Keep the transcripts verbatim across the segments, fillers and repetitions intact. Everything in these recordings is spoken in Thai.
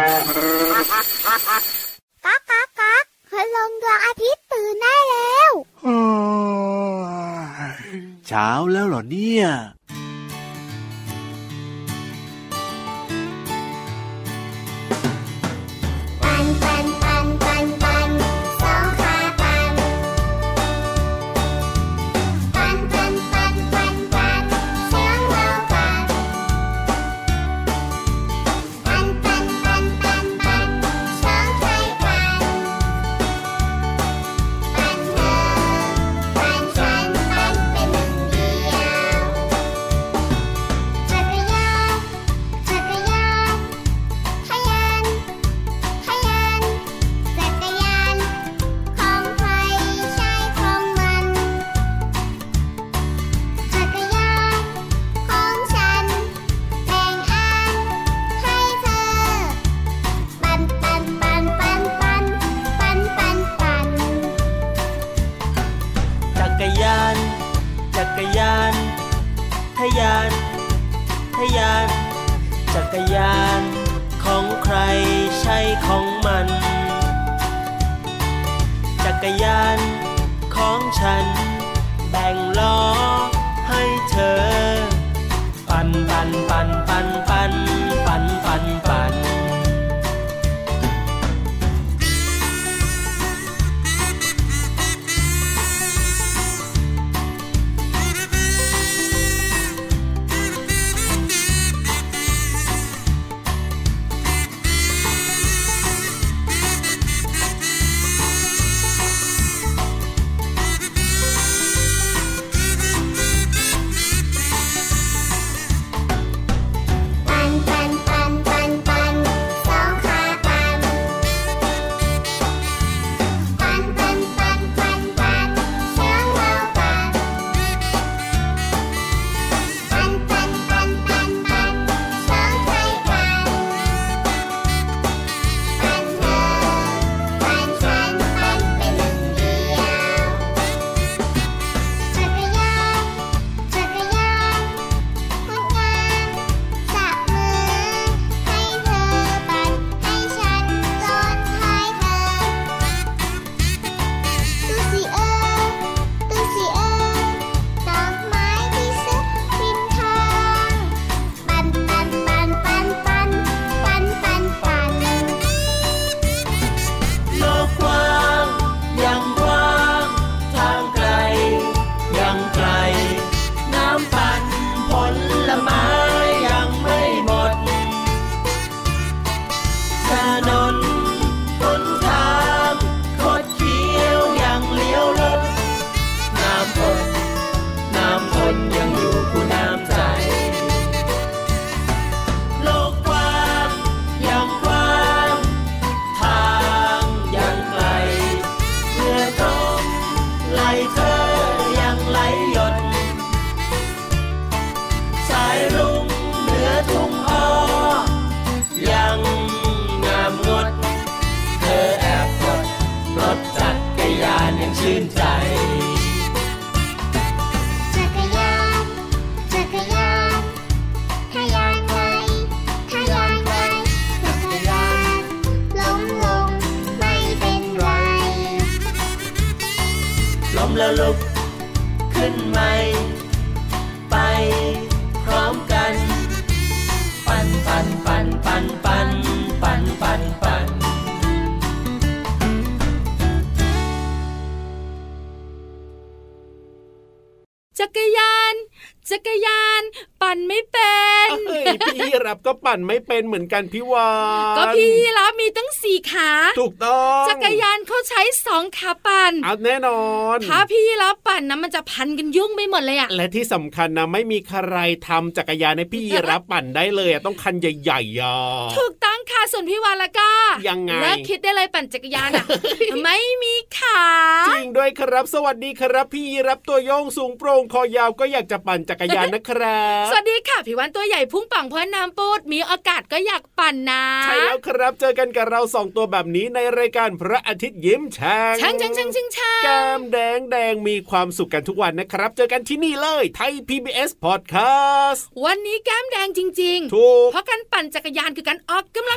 ก๊ากก๊ากก๊ากคืลงดวงอาทิตย์ตื่นได้แล้วเช้าแล้วเหรอเนี่ยจักรยานของใครใช่ของมันจักรยานของฉันแบ่งล้อให้เธอปั่นปั่นปั่นปั่นปั่นปั่นปั่นปั่นแล้วลุกขึ้นใหม่ไปพร้อมกันปั่นปั่นปั่นปั่นปั่นปั่นปั่นปั่นจักรยานจักรยานปั่นไม่เป็นเฮ้ยพี่รับก็ปั่นไม่เป็นเหมือนกันพี่วานก็พี่รับมีตั้งสี่ขาถูกต้องจักรยานเขาใช้สองขาปั่นเอาแน่นอนถ้าพี่รับปั่นนะมันจะพันกันยุ่งไปหมดเลยอะและที่สำคัญนะไม่มีใครทำจักรยานให้พี่รับปั่นได้เลยต้องคันใหญ่ๆอ่ะถูกต้องค่ะส่วนพี่วานละก็ยังไงเลิกคิดได้เลยปั่นจักรยานอะ ไม่มีขาจริงด้วยครับสวัสดีครับพี่รับตัวโยงสูงโปร่งคอยาวก็อยากจะปั่นจักรยานนะครับสวัสดีค่ะพี่วันตัวใหญ่พุ่งป่องเพราะน้ำปูดมีโอกาสก็อยากปั่นนะใช่แล้วครับเจอกันกับเราสองตัวแบบนี้ในรายการพระอาทิตย์ยิ้มแฉ่งแฉ่งแฉ่งแฉ่งแฉ่งแฉ่งแก้มแดงแดงมีความสุขกันทุกวันนะครับเจอกันที่นี่เลยไทย พี บี เอส Podcast วันนี้แก้มแดงจริงๆถูกเพราะการปั่นจักรยานคือการออกกำลัง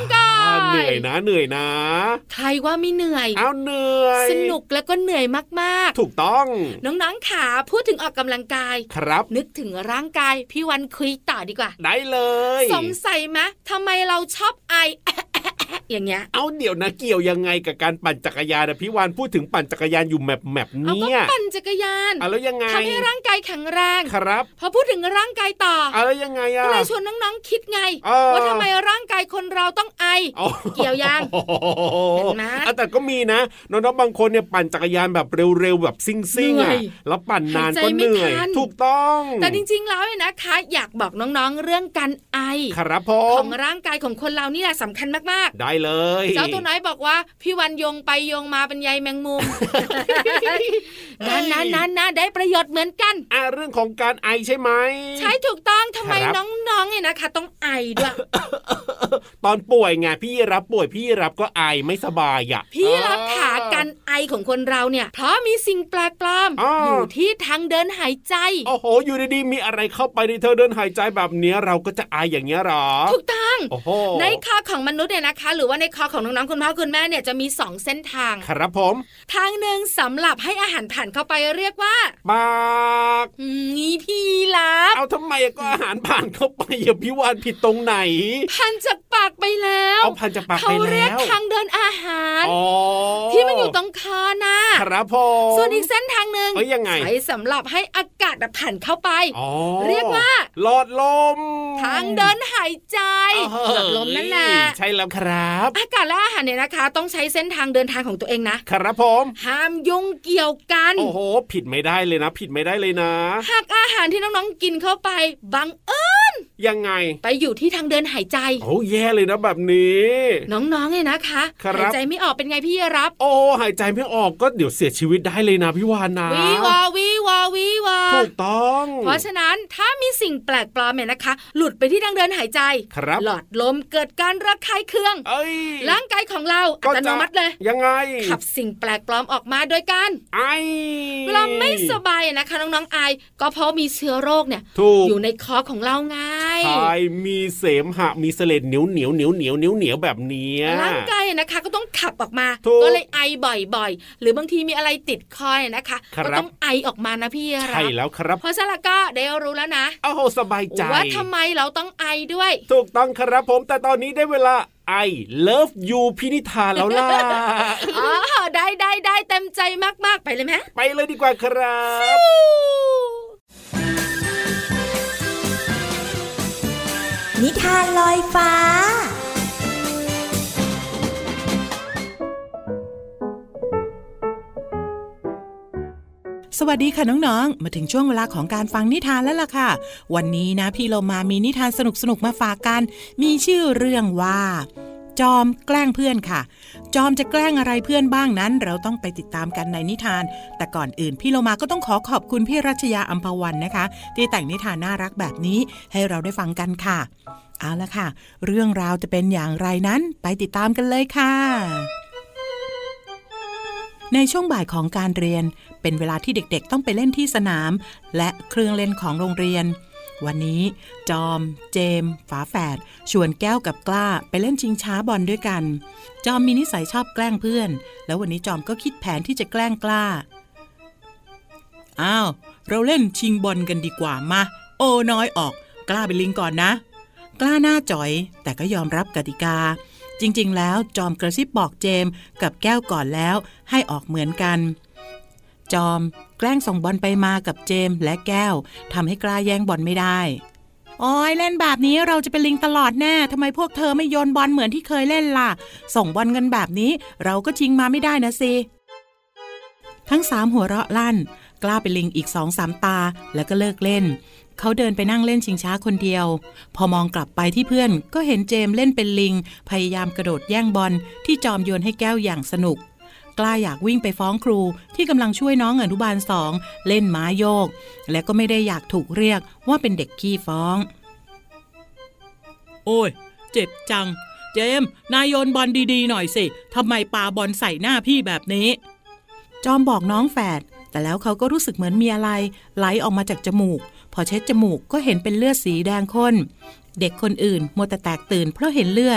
างกายเหนื่อยนะเหนื่อยนะใครว่าไม่เหนื่อยเอาเหนื่อยสนุกแล้วก็เหนื่อยมากๆถูกต้องน้องๆขาพูดถึงออกกำลังกายครับนึกถึงร่างกายพี่วันคุยต่อดีกว่าได้เลยสงสัยไหมทำไมเราชอบไออย่างเงี้ยเอาเดี๋ยวนะเกี่ยวยังไงกับการปั่นจักรยานนะพี่วานพูดถึงปั่นจักรยานอยู่แมปแมปเนี่ยเอาก็ปั่นจักรยานเอาแล้วยังไงทำให้ร่างกายแข็งแรงครับพอพูดถึงร่างกายต่อเอาแล้วยังไงอ่ะก็เลยชวนน้องๆคิดไงว่าทำไมร่างกายคนเราต้องไอเกี่ยวยังเห็นไหมแต่ก็มีนะน้องๆบางคนเนี่ยปั่นจักรยานแบบเร็วๆแบบซิ่งๆอ่ะแล้วปั่นนานก็เหนื่อยถูกต้องแต่จริงๆแล้วเนี่ยนะคะอยากบอกน้องๆเรื่องการไอครับผมของร่างกายของคนเรานี่แหละสำคัญมากๆได้เลยเจ้าตัวน้อยบอกว่าพี่วันโยงไปโยงมาเป็นใยแมงมุมนั่นนั่นนั่นนะได้ประโยชน์เหมือนกันอ่ะเรื่องของการไอใช่ไหมใช่ถูกต้องทำไมน้องๆเนี่ยนะคะต้องไอด้วยตอนป่วยไงพี่รับป่วยพี่รับก็ไอไม่สบายอ่ะพี่รับขาการไอของคนเราเนี่ยเพราะมีสิ่งแปลกปลอมอยู่ที่ทางเดินหายใจโอ้โหอยู่ดีๆมีอะไรเข้าไปในเธอเดินหายใจแบบนี้เราก็จะไออย่างเงี้ยหรอถูกต้องในคอของมนุษย์เนี่ยนะคะหรือว่าในคอของน้องๆคุณพ่อคุณแม่เนี่ยจะมีสองเส้นทางครับผมทางหนึ่งสำหรับให้อาหารผ่านเข้าไปเรียกว่าปากนี่พี่ลับเอาทำไมก็อาหารผ่านเข้าไปอย่าพี่วานผิดตรงไหนผ่านจากปากไปแล้วเอาผ่านจากปากไปแล้วเขาเรียกทางเดินอาหารที่มันอยู่ตรงคอนะครับผมส่วนอีกเส้นทางหนึ่งใช้สำหรับให้อากาศผ่านเข้าไปเรียกว่าหลอดลมทางเดินหายใจหลอดลมนั่นแหละใช่แล้วครับอากาศและอาหารเนี่ยนะคะต้องใช้เส้นทางเดินทางของตัวเองนะครับผมห้ามยุ่งเกี่ยวกันโอ้โหผิดไม่ได้เลยนะผิดไม่ได้เลยนะหากอาหารที่น้องๆกินเข้าไปบังเอิญยังไงไปอยู่ที่ทางเดินหายใจโอ้แย่เลยนะแบบนี้น้องๆเนี่ยนะคะหายใจไม่ออกเป็นไงพี่รับโอ้หายใจไม่ออกก็เดี๋ยวเสียชีวิตได้เลยนะพี่วานนะวิวาวิวาวิวาถูกต้องเพราะฉะนั้นถ้ามีสิ่งแปลกปลอมเนี่ยนะคะหลุดไปที่ทางเดินหายใจหลอดลมเกิดการระคายเคืองร่างกายของเราอัตโนมัติเลยยังไงขับสิ่งแปลกปลอมออกมาโดยการไอเวลาไม่สบายนะคะน้องๆไอก็เพราะมีเชื้อโรคเนี่ยอยู่ในคอของเราไงใช่มีเสมหะมีเสลดเหนียวเหนียวเหนียวเหนียวเหนียวเหนียวแบบนี้ร่างกายนะคะก็ต้องขับออกมาก็เลยไอบ่อยๆหรือบางทีมีอะไรติดคอนะคะก็ต้องไอออกมานะพี่รับใช่แล้วครับเพราะฉะนั้นก็ได้รู้แล้วนะโอ้โหสบายใจว่าทำไมเราต้องไอด้วยถูกต้องครับผมแต่ตอนนี้ได้เวลาไอ love you พินิธาแล้วล่ะอ๋อได้ได้ได้เต็มใจมากๆไปเลยไหมไปเลยดีกว่าครับนิทานลอยฟ้าสวัสดีค่ะน้องๆมาถึงช่วงเวลาของการฟังนิทานแล้วล่ะค่ะวันนี้นะพี่โลมามีนิทานสนุกๆมาฝากกันมีชื่อเรื่องว่าจอมแกล้งเพื่อนค่ะจอมจะแกล้งอะไรเพื่อนบ้างนั้นเราต้องไปติดตามกันในนิทานแต่ก่อนอื่นพี่โลมาก็ต้องขอขอบคุณพี่รัชยาอัมพวันนะคะที่แต่งนิทานน่ารักแบบนี้ให้เราได้ฟังกันค่ะเอาละค่ะเรื่องราวจะเป็นอย่างไรนั้นไปติดตามกันเลยค่ะในช่วงบ่ายของการเรียนเป็นเวลาที่เด็กๆต้องไปเล่นที่สนามและเครื่องเล่นของโรงเรียนวันนี้จอมเจมฝาแฝดชวนแก้วกับกล้าไปเล่นชิงช้าบอลด้วยกันจอมมีนิสัยชอบแกล้งเพื่อนแล้ววันนี้จอมก็คิดแผนที่จะแกล้งกล้าอ้าวเราเล่นชิงบอลกันดีกว่ามาโอ้น้อยออกกล้าเป็นลิงก่อนนะกล้าหน้าจ๋อยแต่ก็ยอมรับกติกาจริงๆแล้วจอมกระซิบบอกเจมกับแก้วก่อนแล้วให้ออกเหมือนกันจอมแกล้งส่งบอลไปมากับเจมและแก้วทำให้กล้าแย่งบอลไม่ได้โอ้ยเล่นแบบนี้เราจะเป็นลิงตลอดแน่ทำไมพวกเธอไม่โยนบอลเหมือนที่เคยเล่นล่ะส่งบอลกันแบบนี้เราก็ชิงมาไม่ได้นะสิทั้งสามหัวเราะลั่นกล้าเป็นลิงอีกสองสามตาแล้วก็เลิกเล่นเขาเดินไปนั่งเล่นชิงช้าคนเดียวพอมองกลับไปที่เพื่อนก็เห็นเจมเล่นเป็นลิงพยายามกระโดดแย่งบอลที่จอมโยนให้แก้วอย่างสนุกกล้าอยากวิ่งไปฟ้องครูที่กำลังช่วยน้องอนุบาลสองเล่นม้าโยกและก็ไม่ได้อยากถูกเรียกว่าเป็นเด็กขี้ฟ้องโอ้ยเจ็บจังเจมนายโยนบอลดีๆหน่อยสิทำไมปาบอลใส่หน้าพี่แบบนี้จอมบอกน้องแฝดแต่แล้วเขาก็รู้สึกเหมือนมีอะไรไหลออกมาจากจมูกพอเช็ดจมูกก็เห็นเป็นเลือดสีแดงข้นเด็กคนอื่นมัวแต่แตกตื่นเพราะเห็นเลือด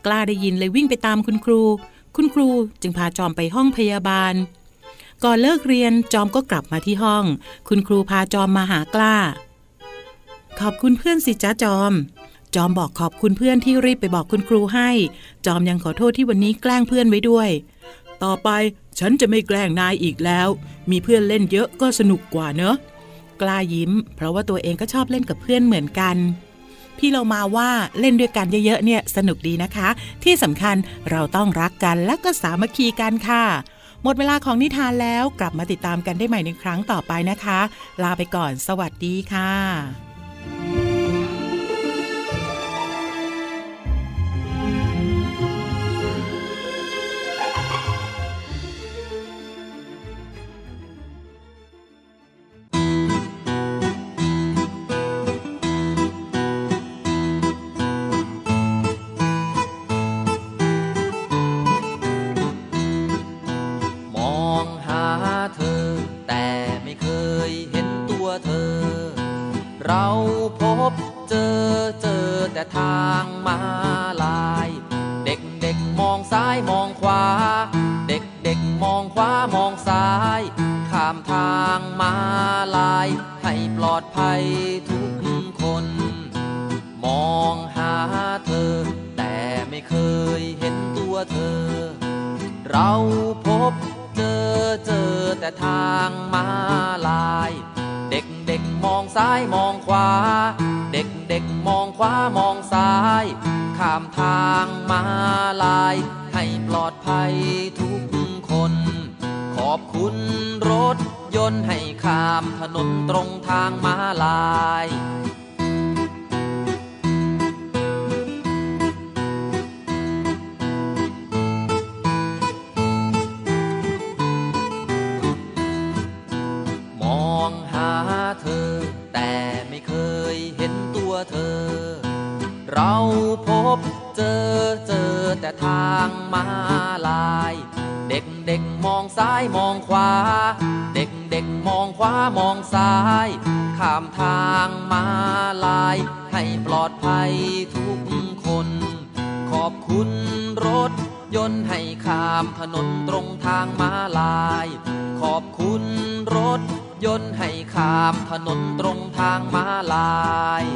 กล้าได้ยินเลยวิ่งไปตามคุณครูคุณครูจึงพาจอมไปห้องพยาบาลก่อนเลิกเรียนจอมก็กลับมาที่ห้องคุณครูพาจอมมาหากล้าขอบคุณเพื่อนสิจ๊ะจอมจอมบอกขอบคุณเพื่อนที่รีบไปบอกคุณครูให้จอมยังขอโทษที่วันนี้แกล้งเพื่อนไว้ด้วยต่อไปฉันจะไม่แกล้งนายอีกแล้วมีเพื่อนเล่นเยอะก็สนุกกว่าเนอะกล้ายิ้มเพราะว่าตัวเองก็ชอบเล่นกับเพื่อนเหมือนกันพี่เรามาว่าเล่นด้วยกันเยอะๆเนี่ยสนุกดีนะคะที่สำคัญเราต้องรักกันและก็สามัคคีกันค่ะหมดเวลาของนิทานแล้วกลับมาติดตามกันได้ใหม่ในครั้งต่อไปนะคะลาไปก่อนสวัสดีค่ะเราพบเจอเจอแต่ทางม้าลายเด็กเด็กมองซ้ายมองขวาเด็กเด็กมองขวามองซ้ายข้ามทางม้าลายให้ปลอดภัยทุกคนมองหาเธอแต่ไม่เคยเห็นตัวเธอเราพบเจอเจอแต่ทางม้าลายเด็กเด็กมองซ้ายมองขวาเด็กเด็กมองขวามองซ้ายข้ามทางม้าลายให้ปลอดภัยทุกคนขอบคุณรถยนต์ให้ข้ามถนนตรงทางม้าลายมองหาเธอแต่ไม่เคยเห็นตัวเธอเราพบเจอเจอแต่ทางม้าลายเด็กเด็กมองซ้ายมองขวาเด็กเด็กมองขวามองซ้ายข้ามทางม้าลายให้ปลอดภัยทุกคนขอบคุณรถยนต์ให้ข้ามถนนตรงทางม้าลายขอบคุณรถยนต์ให้ข้ามถนนตรงทางม้าลาย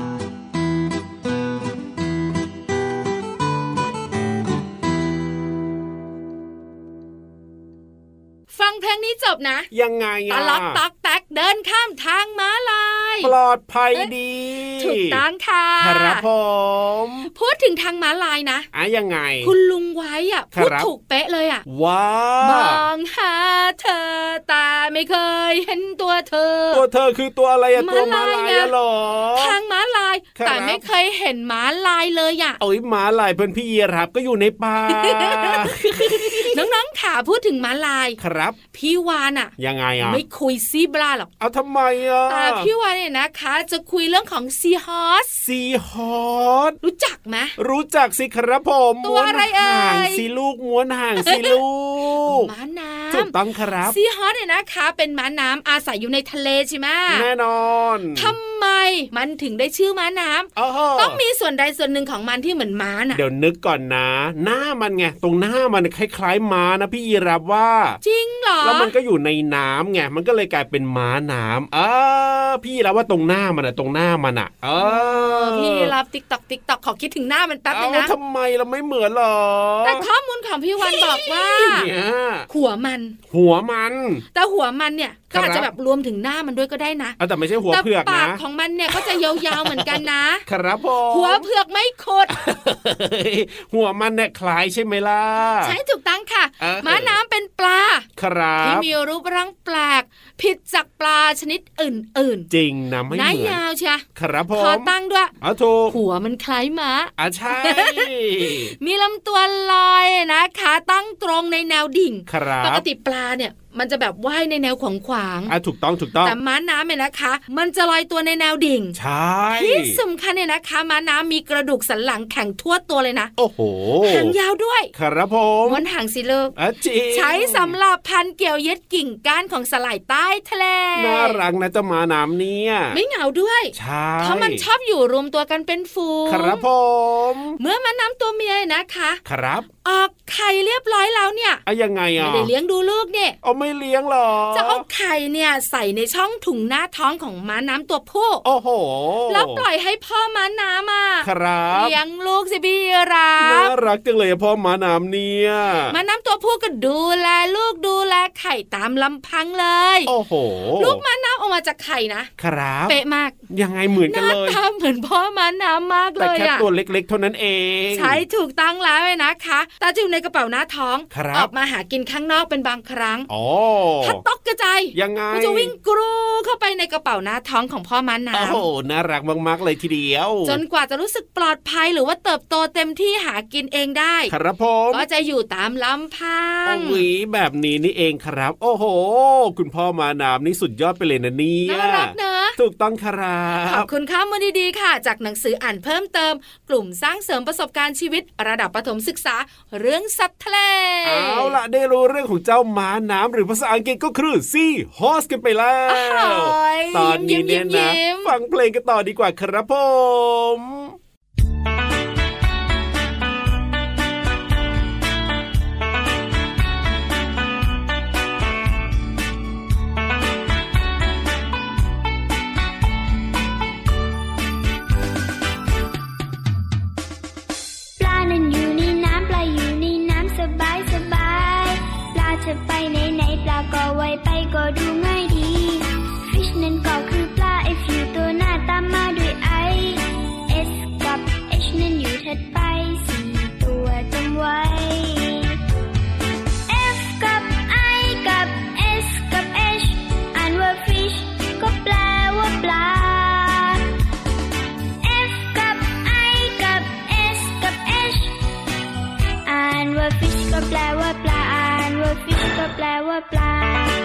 ฟังเพลงนี้จบนะยังไงอะตะล็อกตอกแตกเดินข้ามทางม้าลายปลอดภัยดีถูกต้องค่ะครับผมพูดถึงทางม้าลายนะอะยังไงคุณลุงไว้อะพูดถูกเป๊ะเลยอะว้ามองหาเธอตาไม่เคยเห็นตัวเธอตัวเธอคือตัวอะไรอะตัวม้าลายอะหรอทางม้าลายแต่ไม่เคยเห็นม้าลายเลยอะโอ้ยม้าลายเพื่อนพี่ยีรับก็อยู่ในป่าน้องๆขาพูดถึงม้าลายครับพี่วานอะยังไงอะไม่คุยซีบราหรอกเอาทำไมอะแต่พี่วานเนี่ยนะคะจะคุยเรื่องของซีฮอสซีฮอสรู้จักไหมรู้จักสิครับผมตัวอะไรเอ่ยซีลูกม้วนห่างซีลูกม้าน้ำถูกต้องครับซีฮอสเนี่ยนะคะเป็นม้าน้ำอาศัยอยู่ในทะเลใช่ไหมแน่นอนทำไมมันถึงได้ชื่อม้าน้ำต้องมีส่วนใดส่วนหนึ่งของมันที่เหมือนม้าน่ะเดี๋ยวนึกก่อนนะหน้ามันไงตรงหน้ามันคล้ายๆม้านะพี่ยีรับว่าจริงเหรอแล้วมันก็อยู่ในน้ำไงมันก็เลยกลายเป็นม้าน้ำเออพี่ยีรับว่าตรงหน้ามันอะตรงหน้ามันอะเออพี่รับติ๊กต็อกติ๊กต็อกขอคิดถึงหน้ามันแป๊บนึงนะทำไมเราไม่เหมือนหรอแต่ข้อมูลของพี่วันบอกว่าหัวมันหัวมันแต่หัวมันเนี่ยก็อาจจะแบบรวมถึงหน้ามันด้วยก็ได้นะแต่ไม่ใช่หัวเผือกนะแต่ปากของมันเนี่ยก็จะยาวๆเหมือนกันนะครับผมหัวเผือกไม่ขดหัวมันเนี่ยคล้ายใช่ไหมล่ะใช่ถูกต้องค่ะม้าน้ำเป็นปลาที่มีรูปร่างแปลกผิดจากปลาชนิดอื่นๆจริงนะไม่เหมือนหน้ายาวใช่ครับผมคอตั้งด้วยอ๋อถูกหัวมันคล้ายม้าอ่ะใช่มีลำตัวลอยนะคะตั้งตรงในแนวดิ่งปกติปลาเนี่ยมันจะแบบว่ายในแนวขวางขวางอ่ะถูกต้องถูกต้องแต่ม้าน้ำเนี่ยนะคะมันจะลอยตัวในแนวดิ่งใช่ที่สำคัญเนี่ยนะคะม้าน้ำมีกระดูกสันหลังแข็งทั่วตัวเลยนะโอ้โหหางยาวด้วยครับผมม้วนหางสิลูกใช้สำหรับพันเกี่ยวยึดกิ่งก้านของสลายใต้ทะเลน่ารักนะเจ้าม้าน้ำเนี่ยไม่เหงาด้วยใช่เพราะมันชอบอยู่รวมตัวกันเป็นฝูงครับผมเมื่อม้าน้ำตัวเมียนะคะครับออกไข่เรียบร้อยแล้วเนี่ยอะยังไงอ่ะไม่ได้เลี้ยงดูลูกเนี่ยเอาไม่เลี้ยงหรอจะเอาไข่เนี่ยใส่ในช่องถุงหน้าท้องของม้าน้ำตัวผู้โอ้โหแล้วปล่อยให้พ่อม้าน้ำอ่ะครับเลี้ยงลูกสิพี่รับน่ารักจังเลยพ่อม้าน้ำเนี่ยม้าน้ำตัวผู้ก็ดูแลลูกดูแลไข่ตามลำพังเลยโอ้โหลูกม้าน้ำออกมาจากไข่นะครับเป๊ะมากยังไงเหมือนกันเลยหน้าตาเหมือนพ่อม้าน้ำมากเลยแต่แค่ตัวเล็กๆเท่านั้นเองใช่ถูกตั้งแล้วเลยนะคะตาจะอยู่ในกระเป๋าหน้าท้องออกมาหากินข้างนอกเป็นบางครั้งถ้าตกกระจายยังไงมันจะวิ่งกรูเข้าไปในกระเป๋าหน้าท้องของพ่อม้าน้ำโอ้โหน่ารักมากๆเลยทีเดียวจนกว่าจะรู้สึกปลอดภัยหรือว่าเติบโตเต็มที่หากินเองได้ครับผมก็จะอยู่ตามลำพังโอ้ยแบบนี้นี่เองครับโอ้โหคุณพ่อม้าน้ำนี่สุดยอดไปเลยนะเนี่ยน่ารักนะถูกต้องครับขอบคุณข้อมูลดีๆค่ะจากหนังสืออ่านเพิ่มเติมกลุ่มสร้างเสริมประสบการณ์ชีวิตระดับประถมศึกษาเรื่องสัตว์ทะเลเอาล่ะได้รู้เรื่องของเจ้าม้าน้ำหรือภาษาอังกฤษก็คือซีฮอสกันไปแล้วตอนนี้เนี่ยนะฟังเพลงกันต่อดีกว่าครับผมจะไปไหนไหนปลาก็ไวไปก็ดูง่ายดี Fish นั่นก็คือปลา F อยู่ตัวหน้าตามมาด้วย I S กับ H นั่นอยู่ถัดไปสี่ตัวจำไว้ F กับ I กับ S กับ H อ่านว่า Fish ก็แปลว่าปลา F กับ I กับ S กับ H อ่านว่า Fish ก็แปลว่าปลาFish ก็แปลว่าปลา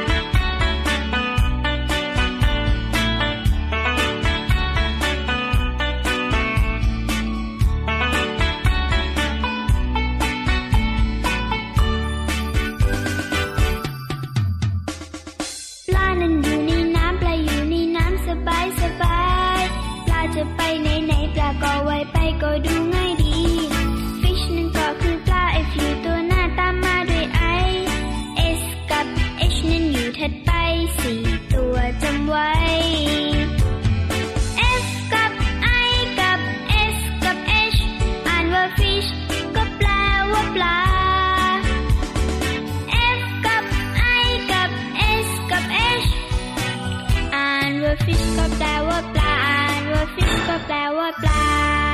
ปลานั้นอยู่ในน้ำปลาอยู่ในน้ำสบายสบายปลาจะไปไหนไหนปลาก็ไวไปก็ดูง่ายดี Fish นั่นก็คือปลา F อยู่ตัวหน้าตามมาด้วยถัดไปสี่ตัวจำไว้ F กับ I กับ S กับ H อ่านว่า Fish ก็แปลว่าปลา F กับ I กับ S กับ H อ่านว่า Fish ก็แปลว่าปลาอ่านว่า Fish ก็แปลว่าปลา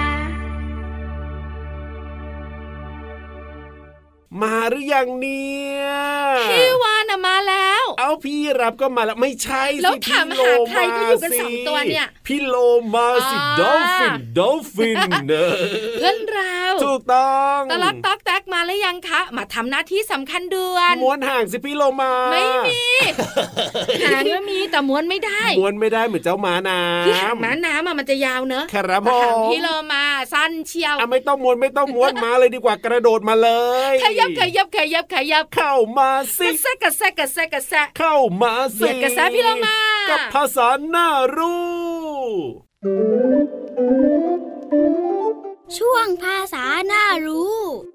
มาหรือยังเนี่ยพี่วานน่ะมาแล้วเอาพี่รับก็มาแล้วไม่ใช่สิแล้วถามหาใครก็อยู่กันสองตัวเนี่ยพี่โลมาสิดอลฟินดอลฟินเนอะเพื่อนเราถูกต้องตะลักต๊อกแต๊กมาหรือยังคะมาทำหน้าที่สำคัญด่วนม้วนห่างสิพี่โลมาไม่มีหางก็มีแต่ม้วนไม่ได้ม้วนไม่ได้เหมือนเจ้าม้าน้ำคือหางม้าน้ำมันจะยาวเนอะครับผมหางพี่โลมาสั้นเชียวไม่ต้องม้วนไม่ต้องม้วนมาเลยดีกว่ากระโดดมาเลยขยับขยับขยับขยับเข้ามาสิกระแซกระแซกระแซกระแซเข้ามาสิเบียดกระแซพี่เรามากับภาษาน่ารู้ช่วงภาษาน่ารู้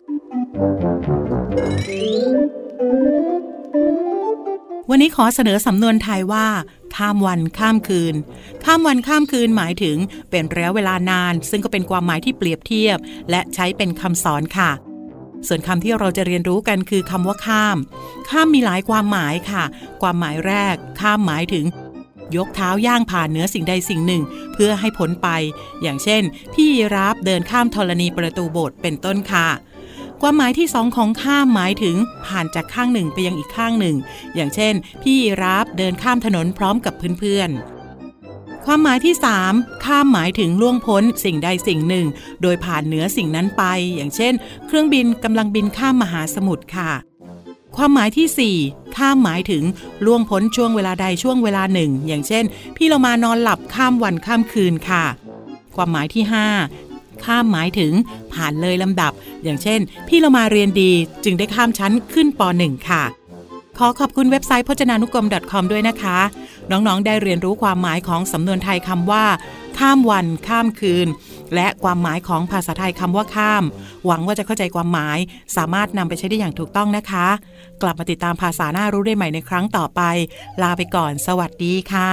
วันนี้ขอเสนอสำนวนไทยว่าข้ามวันข้ามคืนข้ามวันข้ามคืนหมายถึงเป็นระยะเวลานานซึ่งก็เป็นความหมายที่เปรียบเทียบและใช้เป็นคำสอนค่ะส่วนคำที่เราจะเรียนรู้กันคือคำว่าข้ามข้ามมีหลายความหมายค่ะความหมายแรกข้ามหมายถึงยกเท้าย่างผ่านเหนือสิ่งใดสิ่งหนึ่งเพื่อให้พ้นไปอย่างเช่นพี่ยีราฟเดินข้ามธรณีประตูโบสถ์เป็นต้นค่ะความหมายที่สองของข้ามหมายถึงผ่านจากข้างหนึ่งไปยังอีกข้างหนึ่งอย่างเช่นพี่ยีราฟเดินข้ามถนนพร้อมกับเพื่อนๆความหมายที่สามข้ามหมายถึงล่วงพ้นสิ่งใดสิ่งหนึ่งโดยผ่านเหนือสิ่งนั้นไปอย่างเช่นเครื่องบินกำลังบินข้ามมหาสมุทรค่ะความหมายที่สี่ข้ามหมายถึงล่วงพ้นช่วงเวลาใดช่วงเวลาหนึ่งอย่างเช่นพี่เรามานอนหลับข้ามวันข้ามคืนค่ะความหมายที่ห้าข้ามหมายถึงผ่านเลยลำดับอย่างเช่นพี่เรามาเรียนดีจึงได้ข้ามชั้นขึ้นป หนึ่ง ค่ะขอขอบคุณเว็บไซต์พจนานุกรม .com ด้วยนะคะน้องๆได้เรียนรู้ความหมายของสำนวนไทยคำว่าข้ามวันข้ามคืนและความหมายของภาษาไทยคำว่าข้ามหวังว่าจะเข้าใจความหมายสามารถนำไปใช้ได้อย่างถูกต้องนะคะกลับมาติดตามภาษาหน้ารู้ได้ใหม่ในครั้งต่อไปลาไปก่อนสวัสดีค่ะ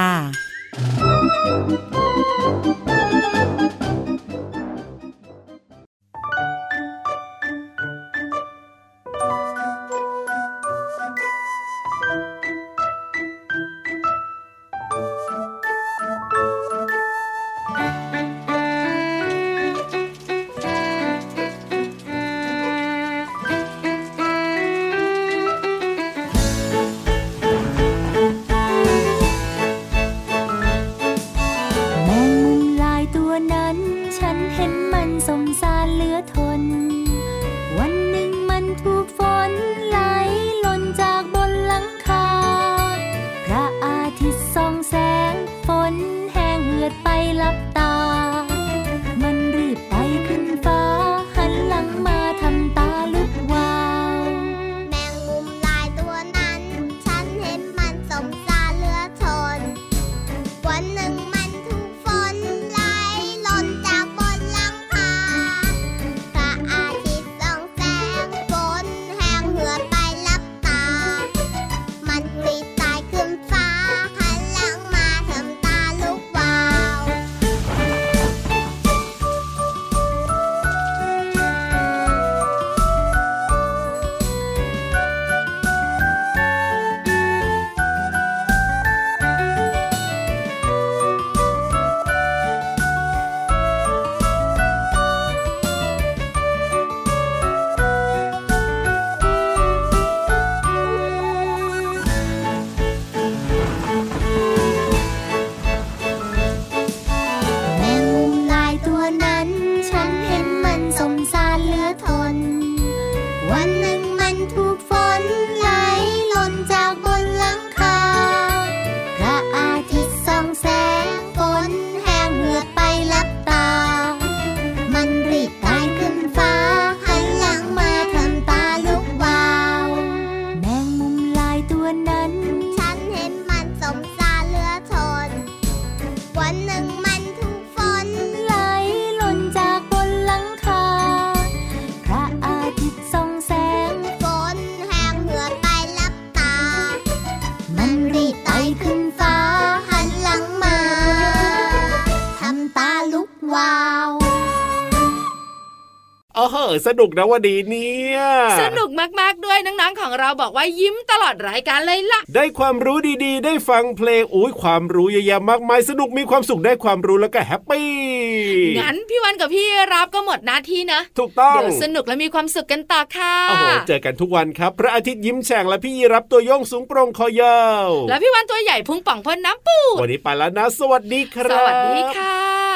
สนุกนะวันนี้เนี่ยสนุกมากๆด้วยน้องๆของเราบอกว่ายิ้มตลอดรายการเลยล่ะได้ความรู้ดีๆได้ฟังเพลงอุ้ยความรู้เยอะแยะมากมายสนุกมีความสุขได้ความรู้แล้วก็แฮปปี้งั้นพี่วันกับพี่รับก็หมดหน้าที่นะถูกต้องเดี๋ยวสนุกและมีความสุขกันต่อค่ะโอ้โหเจอกันทุกวันครับพระอาทิตย์ยิ้มแฉ่งและพี่รับตัวโยงสูงโปร่งคอยาวและพี่วันตัวใหญ่พุงป่องพ่นน้ำปูวันนี้ไปแล้วนะสวัสดีครับสวัสดีค่ะ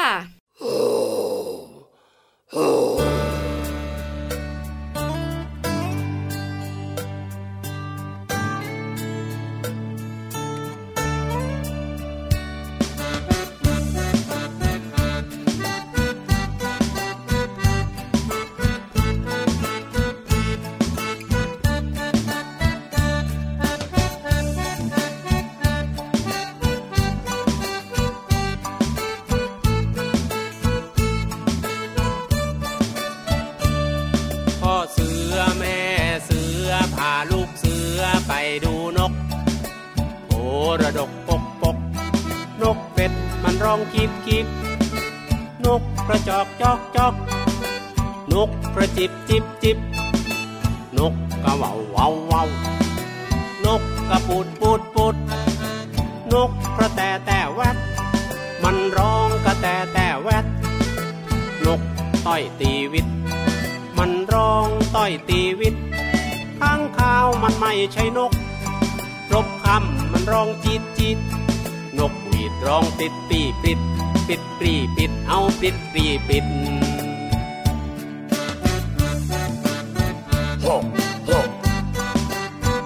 ระดกปกปกนกเป็ดมันร้องกีบกีบนกกระจอกจอกจอกนกกระจิบจิบจิบนกกระว่าวว่าวว่าวนกกระปูดปูดปูดนกกระแตแต่แวดมันร้องกระแตแต่แวดนกต้อยตีวิตมันร้องต้อยตีวิตข้างคาวมันไม่ใช่นกรบคำมันร้องจีดจีดนกหวีดร้องปิดปีปิดปิดปรีปิดเอาปิดปรีปิดโฮโฮ